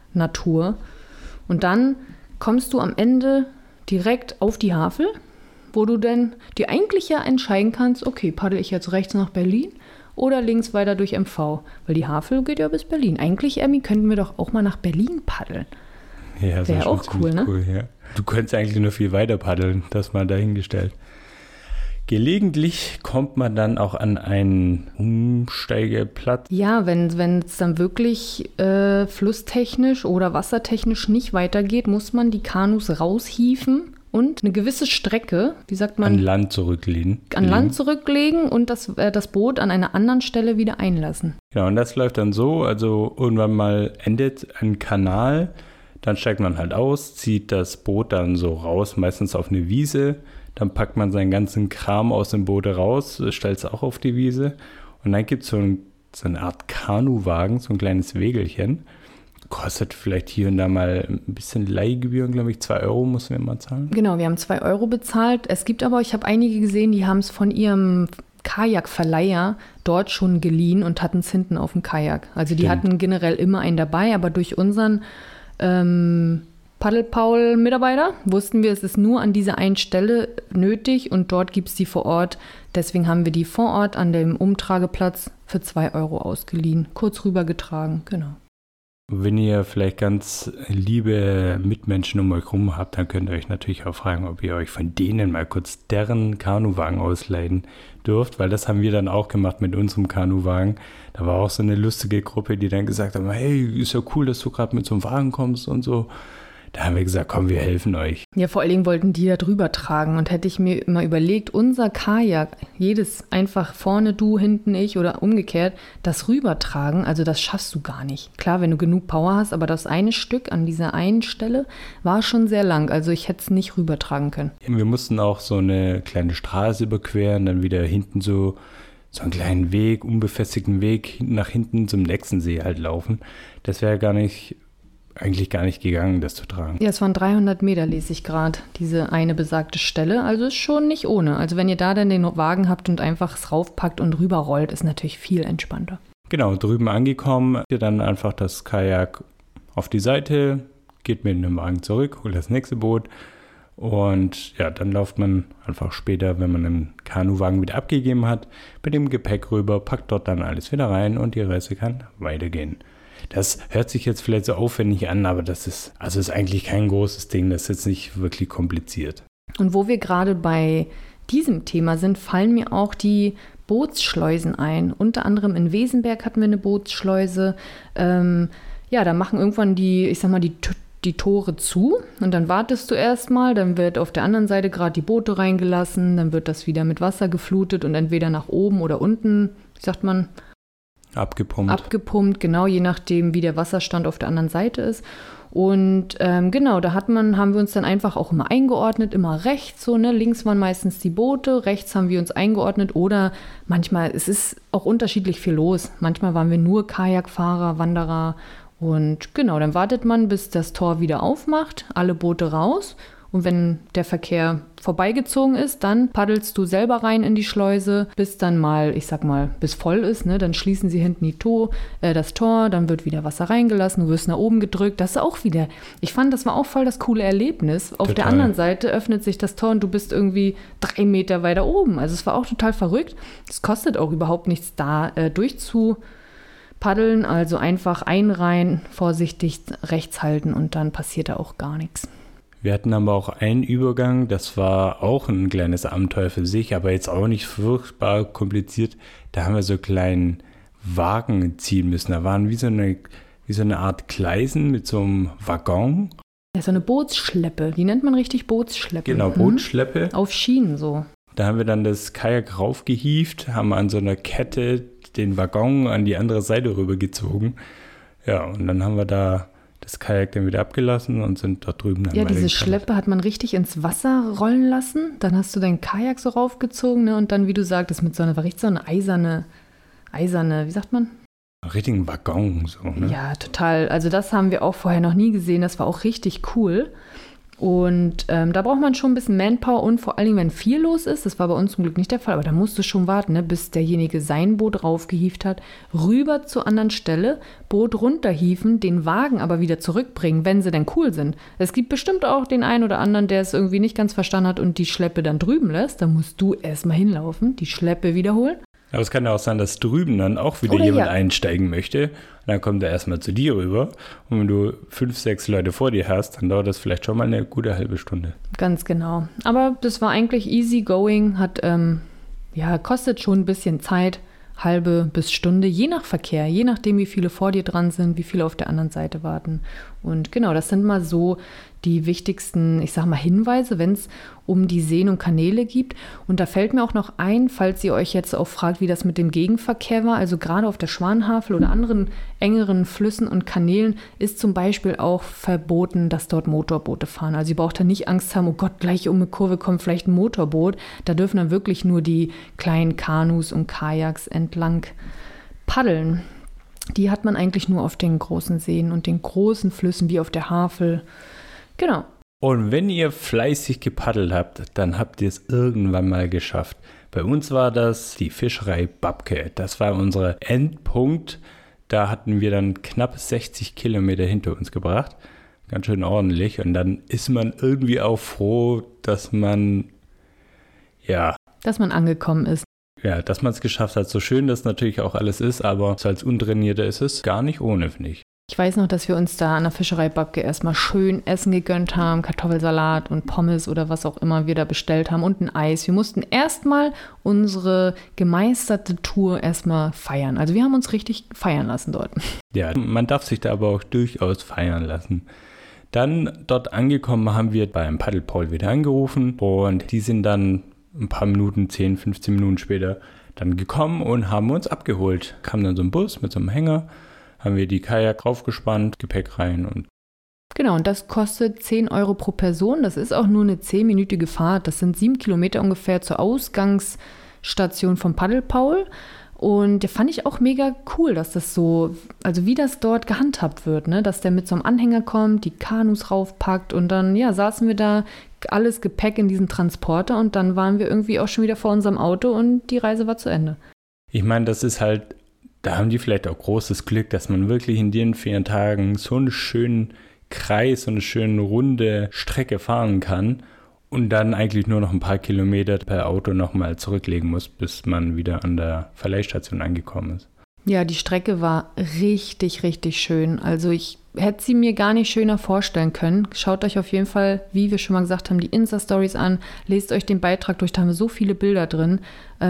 Natur. Und dann kommst du am Ende direkt auf die Havel, wo du dann dir eigentlich ja entscheiden kannst, okay, paddel ich jetzt rechts nach Berlin oder links weiter durch MV? Weil die Havel geht ja bis Berlin. Eigentlich, Emmy, könnten wir doch auch mal nach Berlin paddeln. Ja, das wäre auch cool, ne? Ja. Du könntest eigentlich nur viel weiter paddeln, das mal dahingestellt. Gelegentlich kommt man dann auch an einen Umsteigeplatz. Ja, wenn es dann wirklich flusstechnisch oder wassertechnisch nicht weitergeht, muss man die Kanus raushieven und eine gewisse Strecke, wie sagt man? An Land zurücklegen. An Land zurücklegen und das Boot an einer anderen Stelle wieder einlassen. Genau, und das läuft dann so, also irgendwann mal endet ein Kanal, dann steigt man halt aus, zieht das Boot dann so raus, meistens auf eine Wiese. Dann packt man seinen ganzen Kram aus dem Boot raus, stellt es auch auf die Wiese. Und dann gibt es so eine Art Kanuwagen, so ein kleines Wägelchen. Kostet vielleicht hier und da mal ein bisschen Leihgebühren, glaube ich. 2 Euro mussten wir mal zahlen. Genau, wir haben 2 Euro bezahlt. Es gibt aber, ich habe einige gesehen, die haben es von ihrem Kajakverleiher dort schon geliehen und hatten es hinten auf dem Kajak. Also die hatten generell immer einen dabei, aber durch unseren Paddel-Paul-Mitarbeiter wussten wir, es ist nur an dieser einen Stelle nötig und dort gibt es die vor Ort. Deswegen haben wir die vor Ort an dem Umtrageplatz für 2 Euro ausgeliehen, kurz rübergetragen, genau. Wenn ihr vielleicht ganz liebe Mitmenschen um euch rum habt, dann könnt ihr euch natürlich auch fragen, ob ihr euch von denen mal kurz deren Kanuwagen ausleihen dürft, weil das haben wir dann auch gemacht mit unserem Kanuwagen. Da war auch so eine lustige Gruppe, die dann gesagt haben, hey, ist ja cool, dass du gerade mit so einem Wagen kommst und so. Da haben wir gesagt, komm, wir helfen euch. Ja, vor allen Dingen wollten die da drüber tragen und hätte ich mir immer überlegt, unser Kajak, jedes einfach vorne du, hinten ich oder umgekehrt, das rübertragen, also das schaffst du gar nicht. Klar, wenn du genug Power hast, aber das eine Stück an dieser einen Stelle war schon sehr lang, also ich hätte es nicht rübertragen können. Wir mussten auch so eine kleine Straße überqueren, dann wieder hinten so einen kleinen Weg, unbefestigten Weg nach hinten zum nächsten See halt laufen. Das wäre eigentlich gar nicht gegangen, das zu tragen. Ja, es waren 300 Meter, lese ich gerade, diese eine besagte Stelle. Also ist schon nicht ohne. Also wenn ihr da dann den Wagen habt und einfach es raufpackt und rüberrollt, ist natürlich viel entspannter. Genau, drüben angekommen, ihr dann einfach das Kajak auf die Seite, geht mit dem Wagen zurück, holt das nächste Boot und ja, dann läuft man einfach später, wenn man den Kanuwagen wieder abgegeben hat, mit dem Gepäck rüber, packt dort dann alles wieder rein und die Reise kann weitergehen. Das hört sich jetzt vielleicht so aufwendig an, aber das ist eigentlich kein großes Ding, das ist jetzt nicht wirklich kompliziert. Und wo wir gerade bei diesem Thema sind, fallen mir auch die Bootsschleusen ein. Unter anderem in Wesenberg hatten wir eine Bootsschleuse. Da machen irgendwann die Tore zu und dann wartest du erstmal, dann wird auf der anderen Seite gerade die Boote reingelassen, dann wird das wieder mit Wasser geflutet und entweder nach oben oder unten, wie sagt man, Abgepumpt, genau, je nachdem, wie der Wasserstand auf der anderen Seite ist. Und genau, da haben wir uns dann einfach auch immer eingeordnet, immer rechts, so, ne? Links waren meistens die Boote, rechts haben wir uns eingeordnet oder manchmal, es ist auch unterschiedlich viel los. Manchmal waren wir nur Kajakfahrer, Wanderer und genau, dann wartet man, bis das Tor wieder aufmacht, alle Boote raus. Und wenn der Verkehr vorbeigezogen ist, dann paddelst du selber rein in die Schleuse, bis dann mal, bis voll ist, ne? Dann schließen sie hinten das Tor, dann wird wieder Wasser reingelassen, du wirst nach oben gedrückt. Das ist auch wieder, ich fand, das war auch voll das coole Erlebnis. Auf der anderen Seite öffnet sich das Tor und du bist irgendwie 3 Meter weiter oben. Also es war auch total verrückt. Es kostet auch überhaupt nichts, da durchzupaddeln. Also einfach einreihen, vorsichtig rechts halten und dann passiert da auch gar nichts. Wir hatten aber auch einen Übergang, das war auch ein kleines Abenteuer für sich, aber jetzt auch nicht furchtbar kompliziert. Da haben wir so einen kleinen Wagen ziehen müssen. Da waren wie so eine Art Gleisen mit so einem Waggon. Ja, so eine Bootsschleppe, die nennt man richtig Bootsschleppe. Genau, Bootsschleppe. Auf Schienen so. Da haben wir dann das Kajak raufgehievt, haben an so einer Kette den Waggon an die andere Seite rübergezogen. Ja, und dann haben wir da das Kajak dann wieder abgelassen und sind dort drüben dann diese Schleppe hat man richtig ins Wasser rollen lassen. Dann hast du dein Kajak so raufgezogen, ne? Und dann, wie du sagtest, mit so einer eiserne, wie sagt man? Richtigen Waggon so, ne? Ja, total. Also das haben wir auch vorher noch nie gesehen. Das war auch richtig cool. Und da braucht man schon ein bisschen Manpower und vor allen Dingen, wenn viel los ist, das war bei uns zum Glück nicht der Fall, aber da musst du schon warten, ne, bis derjenige sein Boot raufgehievt hat, rüber zur anderen Stelle, Boot runterhieven, den Wagen aber wieder zurückbringen, wenn sie denn cool sind. Es gibt bestimmt auch den einen oder anderen, der es irgendwie nicht ganz verstanden hat und die Schleppe dann drüben lässt. Da musst du erstmal hinlaufen, die Schleppe wiederholen. Aber es kann ja auch sein, dass drüben dann auch wieder jemand einsteigen möchte. Und dann kommt er erstmal zu dir rüber. Und wenn du 5, 6 Leute vor dir hast, dann dauert das vielleicht schon mal eine gute halbe Stunde. Ganz genau. Aber das war eigentlich easy going, kostet schon ein bisschen Zeit, halbe bis Stunde, je nach Verkehr, je nachdem, wie viele vor dir dran sind, wie viele auf der anderen Seite warten. Und genau, das sind mal so die wichtigsten, ich sag mal, Hinweise, wenn es um die Seen und Kanäle geht. Und da fällt mir auch noch ein, falls ihr euch jetzt auch fragt, wie das mit dem Gegenverkehr war, also gerade auf der Schwanhavel oder anderen engeren Flüssen und Kanälen ist zum Beispiel auch verboten, dass dort Motorboote fahren. Also ihr braucht da nicht Angst haben, oh Gott, gleich um eine Kurve kommt vielleicht ein Motorboot. Da dürfen dann wirklich nur die kleinen Kanus und Kajaks entlang paddeln. Die hat man eigentlich nur auf den großen Seen und den großen Flüssen wie auf der Havel. Genau. Und wenn ihr fleißig gepaddelt habt, dann habt ihr es irgendwann mal geschafft. Bei uns war das die Fischerei Babke. Das war unser Endpunkt. Da hatten wir dann knapp 60 Kilometer hinter uns gebracht. Ganz schön ordentlich. Und dann ist man irgendwie auch froh, dass man angekommen ist. Ja, dass man es geschafft hat. So schön das natürlich auch alles ist, aber so als Untrainierter ist es gar nicht ohne, finde ich. Ich weiß noch, dass wir uns da an der Fischerei Babke erstmal schön Essen gegönnt haben, Kartoffelsalat und Pommes oder was auch immer wir da bestellt haben und ein Eis. Wir mussten erstmal unsere gemeisterte Tour erstmal feiern. Also wir haben uns richtig feiern lassen dort. Ja, man darf sich da aber auch durchaus feiern lassen. Dann dort angekommen haben wir beim Paddle-Paul wieder angerufen und die sind dann ein paar Minuten, 10, 15 Minuten später dann gekommen und haben uns abgeholt. Kam dann so ein Bus mit so einem Hänger, haben wir die Kajak raufgespannt, Gepäck rein und genau, und das kostet 10 Euro pro Person. Das ist auch nur eine 10-minütige Fahrt. Das sind 7 Kilometer ungefähr zur Ausgangsstation vom Paddle-Paul. Und der fand ich auch mega cool, dass das so, also wie das dort gehandhabt wird, ne? Dass der mit so einem Anhänger kommt, die Kanus raufpackt und dann, saßen wir da, alles Gepäck in diesen Transporter und dann waren wir irgendwie auch schon wieder vor unserem Auto und die Reise war zu Ende. Ich meine, das ist halt, da haben die vielleicht auch großes Glück, dass man wirklich in den 4 Tagen so einen schönen Kreis, so eine schöne runde Strecke fahren kann und dann eigentlich nur noch ein paar Kilometer per Auto nochmal zurücklegen muss, bis man wieder an der Verleihstation angekommen ist. Ja, die Strecke war richtig, richtig schön. Also ich hätte sie mir gar nicht schöner vorstellen können. Schaut euch auf jeden Fall, wie wir schon mal gesagt haben, die Insta-Stories an. Lest euch den Beitrag durch, da haben wir so viele Bilder drin.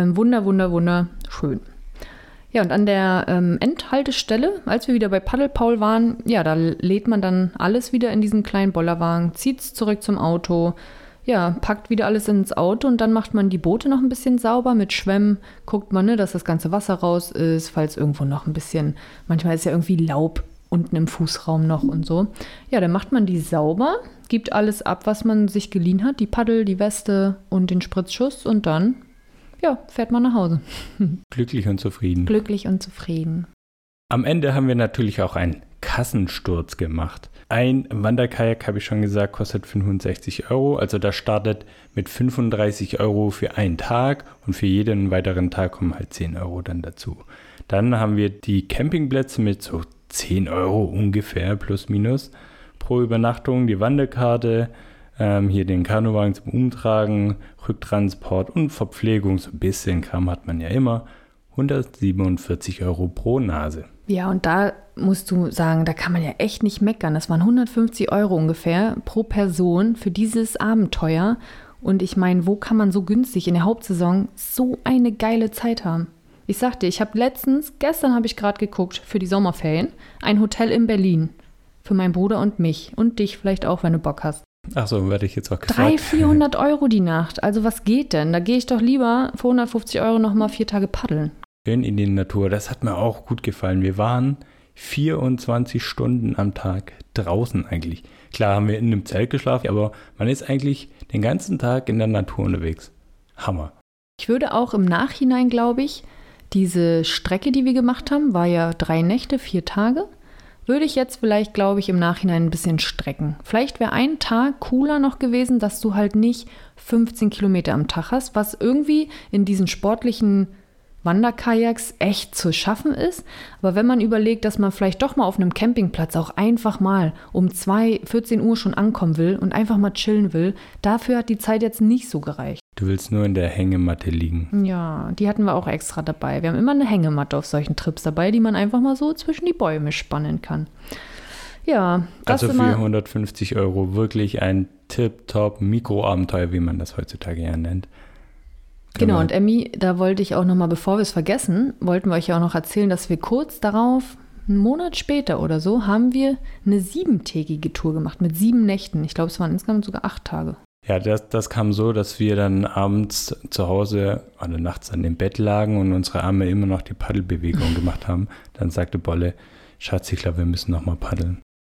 Wunderschön. Ja, und an der Endhaltestelle, als wir wieder bei Paddle-Paul waren, da lädt man dann alles wieder in diesen kleinen Bollerwagen, zieht es zurück zum Auto, packt wieder alles ins Auto und dann macht man die Boote noch ein bisschen sauber mit Schwämmen, guckt man, dass das ganze Wasser raus ist, falls irgendwo noch ein bisschen, manchmal ist ja irgendwie Laub unten im Fußraum noch und so. Ja, dann macht man die sauber, gibt alles ab, was man sich geliehen hat, die Paddel, die Weste und den Spritzschuss und dann, fährt man nach Hause. Glücklich und zufrieden. Glücklich und zufrieden. Am Ende haben wir natürlich auch einen Kassensturz gemacht. Ein Wanderkajak, habe ich schon gesagt, kostet 65 Euro. Also das startet mit 35 Euro für einen Tag und für jeden weiteren Tag kommen halt 10 Euro dann dazu. Dann haben wir die Campingplätze mit so 10 Euro ungefähr plus minus pro Übernachtung, die Wanderkarte, hier den Kanuwagen zum Umtragen, Rücktransport und Verpflegung, so ein bisschen Kram hat man ja immer, 147 Euro pro Nase. Ja, und da musst du sagen, da kann man ja echt nicht meckern. Das waren 150 Euro ungefähr pro Person für dieses Abenteuer. Und ich meine, wo kann man so günstig in der Hauptsaison so eine geile Zeit haben? Ich sagte, ich habe gestern habe ich gerade geguckt für die Sommerferien, ein Hotel in Berlin für meinen Bruder und mich und dich vielleicht auch, wenn du Bock hast. Ach so, werde ich jetzt auch gefragt. 300-400 Euro die Nacht. Also was geht denn? Da gehe ich doch lieber für 150 Euro nochmal 4 Tage paddeln. Schön in die Natur, das hat mir auch gut gefallen. Wir waren 24 Stunden am Tag draußen eigentlich. Klar haben wir in einem Zelt geschlafen, aber man ist eigentlich den ganzen Tag in der Natur unterwegs. Hammer. Ich würde auch im Nachhinein, glaube ich, diese Strecke, die wir gemacht haben, war ja 3 Nächte, 4 Tage, würde ich jetzt vielleicht, glaube ich, im Nachhinein ein bisschen strecken. Vielleicht wäre ein Tag cooler noch gewesen, dass du halt nicht 15 Kilometer am Tag hast, was irgendwie in diesen sportlichen Wanderkajaks echt zu schaffen ist. Aber wenn man überlegt, dass man vielleicht doch mal auf einem Campingplatz auch einfach mal um 14 Uhr schon ankommen will und einfach mal chillen will, dafür hat die Zeit jetzt nicht so gereicht. Du willst nur in der Hängematte liegen. Ja, die hatten wir auch extra dabei. Wir haben immer eine Hängematte auf solchen Trips dabei, die man einfach mal so zwischen die Bäume spannen kann. Ja, das also für 150 € wirklich ein Tip-Top Mikroabenteuer, wie man das heutzutage ja nennt. Genau, und Emmy, da wollte ich auch nochmal, bevor wir es vergessen, wollten wir euch ja auch noch erzählen, dass wir kurz darauf, einen Monat später oder so, haben wir eine 7-tägige Tour gemacht mit 7 Nächten. Ich glaube, es waren insgesamt sogar 8 Tage. Ja, das kam so, dass wir dann abends zu Hause oder nachts an dem Bett lagen und unsere Arme immer noch die Paddelbewegung gemacht haben. Dann sagte Bolle, Schatz, ich glaube, wir müssen nochmal paddeln.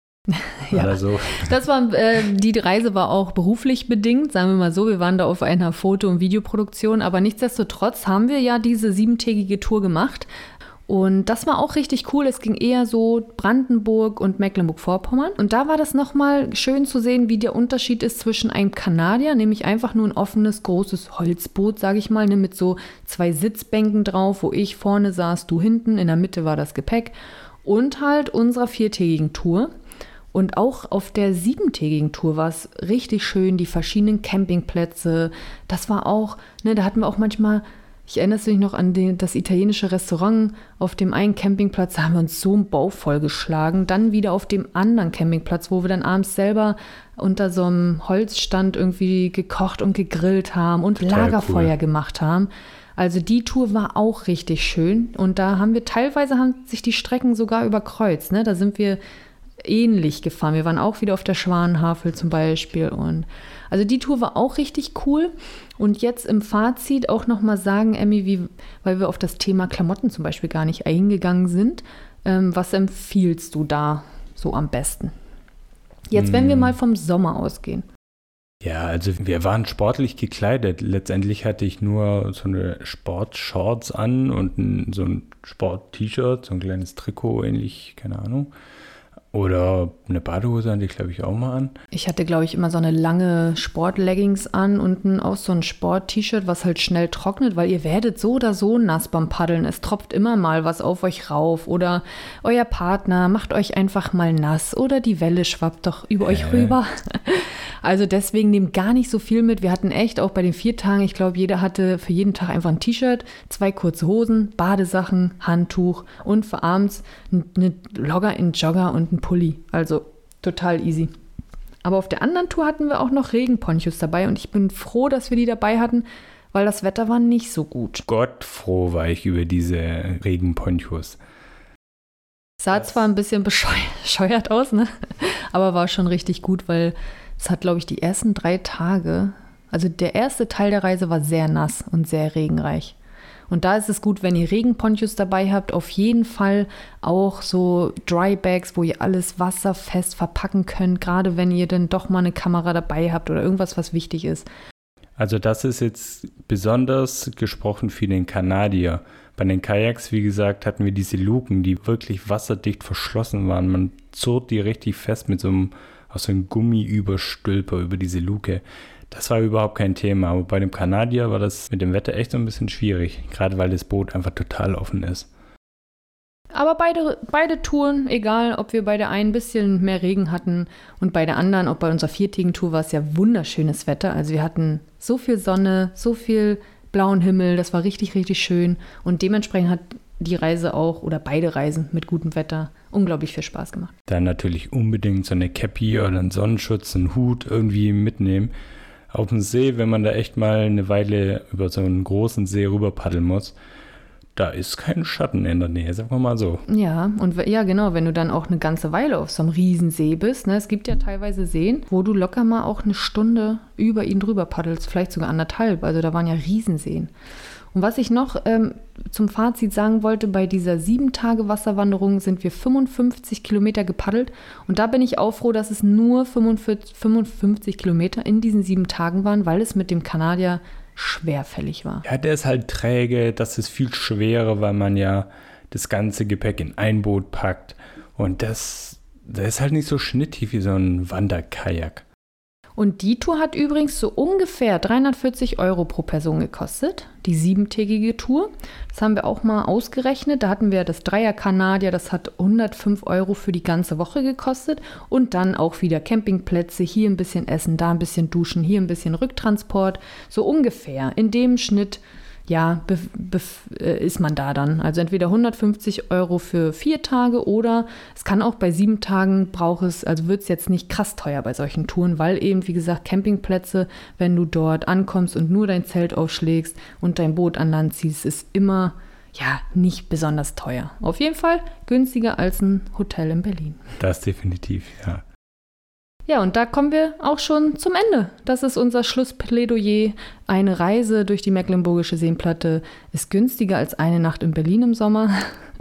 Ja, so. Das war, die Reise war auch beruflich bedingt, sagen wir mal so. Wir waren da auf einer Foto- und Videoproduktion, aber nichtsdestotrotz haben wir ja diese 7-tägige Tour gemacht. Und das war auch richtig cool. Es ging eher so Brandenburg und Mecklenburg-Vorpommern. Und da war das nochmal schön zu sehen, wie der Unterschied ist zwischen einem Kanadier, nämlich einfach nur ein offenes, großes Holzboot, sage ich mal, ne, mit so 2 Sitzbänken drauf, wo ich vorne saß, du hinten, in der Mitte war das Gepäck. Und halt unserer 4-tägigen Tour. Und auch auf der 7-tägigen Tour war es richtig schön, die verschiedenen Campingplätze. Das war auch, ne, da hatten wir auch manchmal, ich erinnere mich noch an das italienische Restaurant auf dem einen Campingplatz, da haben wir uns so einen Bauch vollgeschlagen. Dann wieder auf dem anderen Campingplatz, wo wir dann abends selber unter so einem Holzstand irgendwie gekocht und gegrillt haben und total Lagerfeuer gemacht haben. Also die Tour war auch richtig schön. Und da haben sich die Strecken sogar überkreuzt, ne? Da sind wir ähnlich gefahren. Wir waren auch wieder auf der Schwanenhavel zum Beispiel. Und also die Tour war auch richtig cool. Und jetzt im Fazit auch nochmal sagen, Emmy, weil wir auf das Thema Klamotten zum Beispiel gar nicht eingegangen sind, was empfiehlst du da so am besten? Jetzt, wenn wir mal vom Sommer ausgehen. Ja, also wir waren sportlich gekleidet. Letztendlich hatte ich nur so eine Sportshorts an und so ein Sport-T-Shirt, so ein kleines Trikot ähnlich, keine Ahnung. Oder eine Badehose hatte ich, glaube ich, auch mal an. Ich hatte, glaube ich, immer so eine lange Sportleggings an und auch so ein Sport-T-Shirt, was halt schnell trocknet, weil ihr werdet so oder so nass beim Paddeln. Es tropft immer mal was auf euch rauf oder euer Partner macht euch einfach mal nass oder die Welle schwappt doch über euch rüber. Also deswegen nehmt gar nicht so viel mit. Wir hatten echt auch bei den 4 Tagen, ich glaube, jeder hatte für jeden Tag einfach ein T-Shirt, 2 kurze Hosen, Badesachen, Handtuch und für abends eine Jogger und ein Pulli. Also total easy. Aber auf der anderen Tour hatten wir auch noch Regenponchos dabei und ich bin froh, dass wir die dabei hatten, weil das Wetter war nicht so gut. Gott, froh war ich über diese Regenponchos. Sah zwar ein bisschen bescheuert aus, ne? Aber war schon richtig gut, weil es hat, glaube ich, die ersten 3 Tage, also der erste Teil der Reise war sehr nass und sehr regenreich. Und da ist es gut, wenn ihr Regenponchos dabei habt, auf jeden Fall auch so Drybags, wo ihr alles wasserfest verpacken könnt, gerade wenn ihr dann doch mal eine Kamera dabei habt oder irgendwas, was wichtig ist. Also das ist jetzt besonders gesprochen für den Kanadier. Bei den Kajaks, wie gesagt, hatten wir diese Luken, die wirklich wasserdicht verschlossen waren. Man zurrt die richtig fest mit so einem Gummiüberstülper über diese Luke. Das war überhaupt kein Thema, aber bei dem Kanadier war das mit dem Wetter echt so ein bisschen schwierig, gerade weil das Boot einfach total offen ist. Aber beide Touren, egal ob wir bei der einen ein bisschen mehr Regen hatten und bei der anderen, auch bei unserer 4-tägigen Tour war es ja wunderschönes Wetter. Also wir hatten so viel Sonne, so viel blauen Himmel, das war richtig, richtig schön und dementsprechend hat die Reise auch oder beide Reisen mit gutem Wetter unglaublich viel Spaß gemacht. Dann natürlich unbedingt so eine Cappy oder einen Sonnenschutz, einen Hut irgendwie mitnehmen. Auf dem See, wenn man da echt mal eine Weile über so einen großen See rüber paddeln muss, da ist kein Schatten in der Nähe, sagen wir mal so. Ja, und ja genau, wenn du dann auch eine ganze Weile auf so einem Riesensee bist, ne, es gibt ja teilweise Seen, wo du locker mal auch eine Stunde über ihn drüber paddelst, vielleicht sogar 1,5, also da waren ja Riesenseen. Und was ich noch zum Fazit sagen wollte, bei dieser 7-Tage-Wasserwanderung sind wir 55 Kilometer gepaddelt. Und da bin ich auch froh, dass es nur 55 Kilometer in diesen 7 Tagen waren, weil es mit dem Kanadier schwerfällig war. Ja, der ist halt träge, das ist viel schwerer, weil man ja das ganze Gepäck in ein Boot packt. Und das ist halt nicht so schnittig wie so ein Wanderkajak. Und die Tour hat übrigens so ungefähr 340 € pro Person gekostet, die 7-tägige Tour. Das haben wir auch mal ausgerechnet. Da hatten wir das Dreier-Kanadier, das hat 105 € für die ganze Woche gekostet. Und dann auch wieder Campingplätze, hier ein bisschen Essen, da ein bisschen Duschen, hier ein bisschen Rücktransport. So ungefähr in dem Schnitt, ja, ist man da dann. Also entweder 150 € für 4 Tage oder es kann auch bei 7 Tagen wird es jetzt nicht krass teuer bei solchen Touren, weil eben, wie gesagt, Campingplätze, wenn du dort ankommst und nur dein Zelt aufschlägst und dein Boot an Land ziehst, ist immer, ja, nicht besonders teuer. Auf jeden Fall günstiger als ein Hotel in Berlin. Das definitiv, ja. Ja, und da kommen wir auch schon zum Ende. Das ist unser Schlussplädoyer. Eine Reise durch die Mecklenburgische Seenplatte ist günstiger als eine Nacht in Berlin im Sommer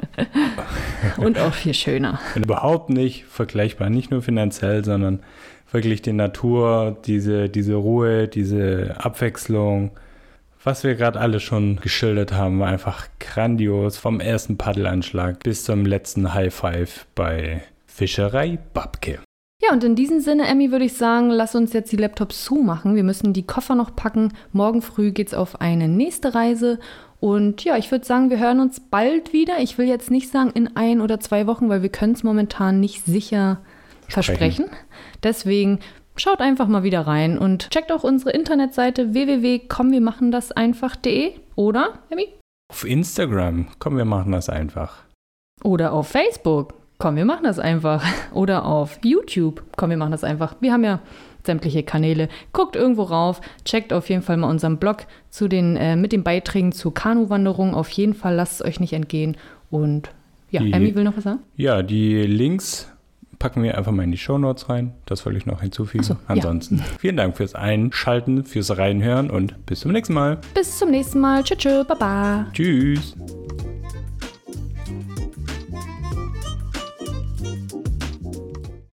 und auch viel schöner. Und überhaupt nicht vergleichbar, nicht nur finanziell, sondern wirklich die Natur, diese Ruhe, diese Abwechslung. Was wir gerade alle schon geschildert haben, war einfach grandios. Vom ersten Paddelanschlag bis zum letzten High Five bei Fischerei Babke. Ja, und in diesem Sinne, Emmy, würde ich sagen, lass uns jetzt die Laptops zumachen. Wir müssen die Koffer noch packen. Morgen früh geht's auf eine nächste Reise. Und ja, ich würde sagen, wir hören uns bald wieder. Ich will jetzt nicht sagen in 1 oder 2 Wochen, weil wir können es momentan nicht sicher versprechen. Deswegen schaut einfach mal wieder rein und checkt auch unsere Internetseite www.kommwirmachendaseinfach.de oder, Emmy? Auf Instagram, komm, wir machen das einfach. Oder auf Facebook. Komm, wir machen das einfach. Oder auf YouTube. Komm, wir machen das einfach. Wir haben ja sämtliche Kanäle. Guckt irgendwo rauf. Checkt auf jeden Fall mal unseren Blog mit den Beiträgen zur Kanuwanderung. Auf jeden Fall lasst es euch nicht entgehen. Und ja, Emmy will noch was sagen? Ja, die Links packen wir einfach mal in die Shownotes rein. Das wollte ich noch hinzufügen. So, ansonsten vielen Dank fürs Einschalten, fürs Reinhören und bis zum nächsten Mal. Bis zum nächsten Mal. Tschüss, baba. Tschüss.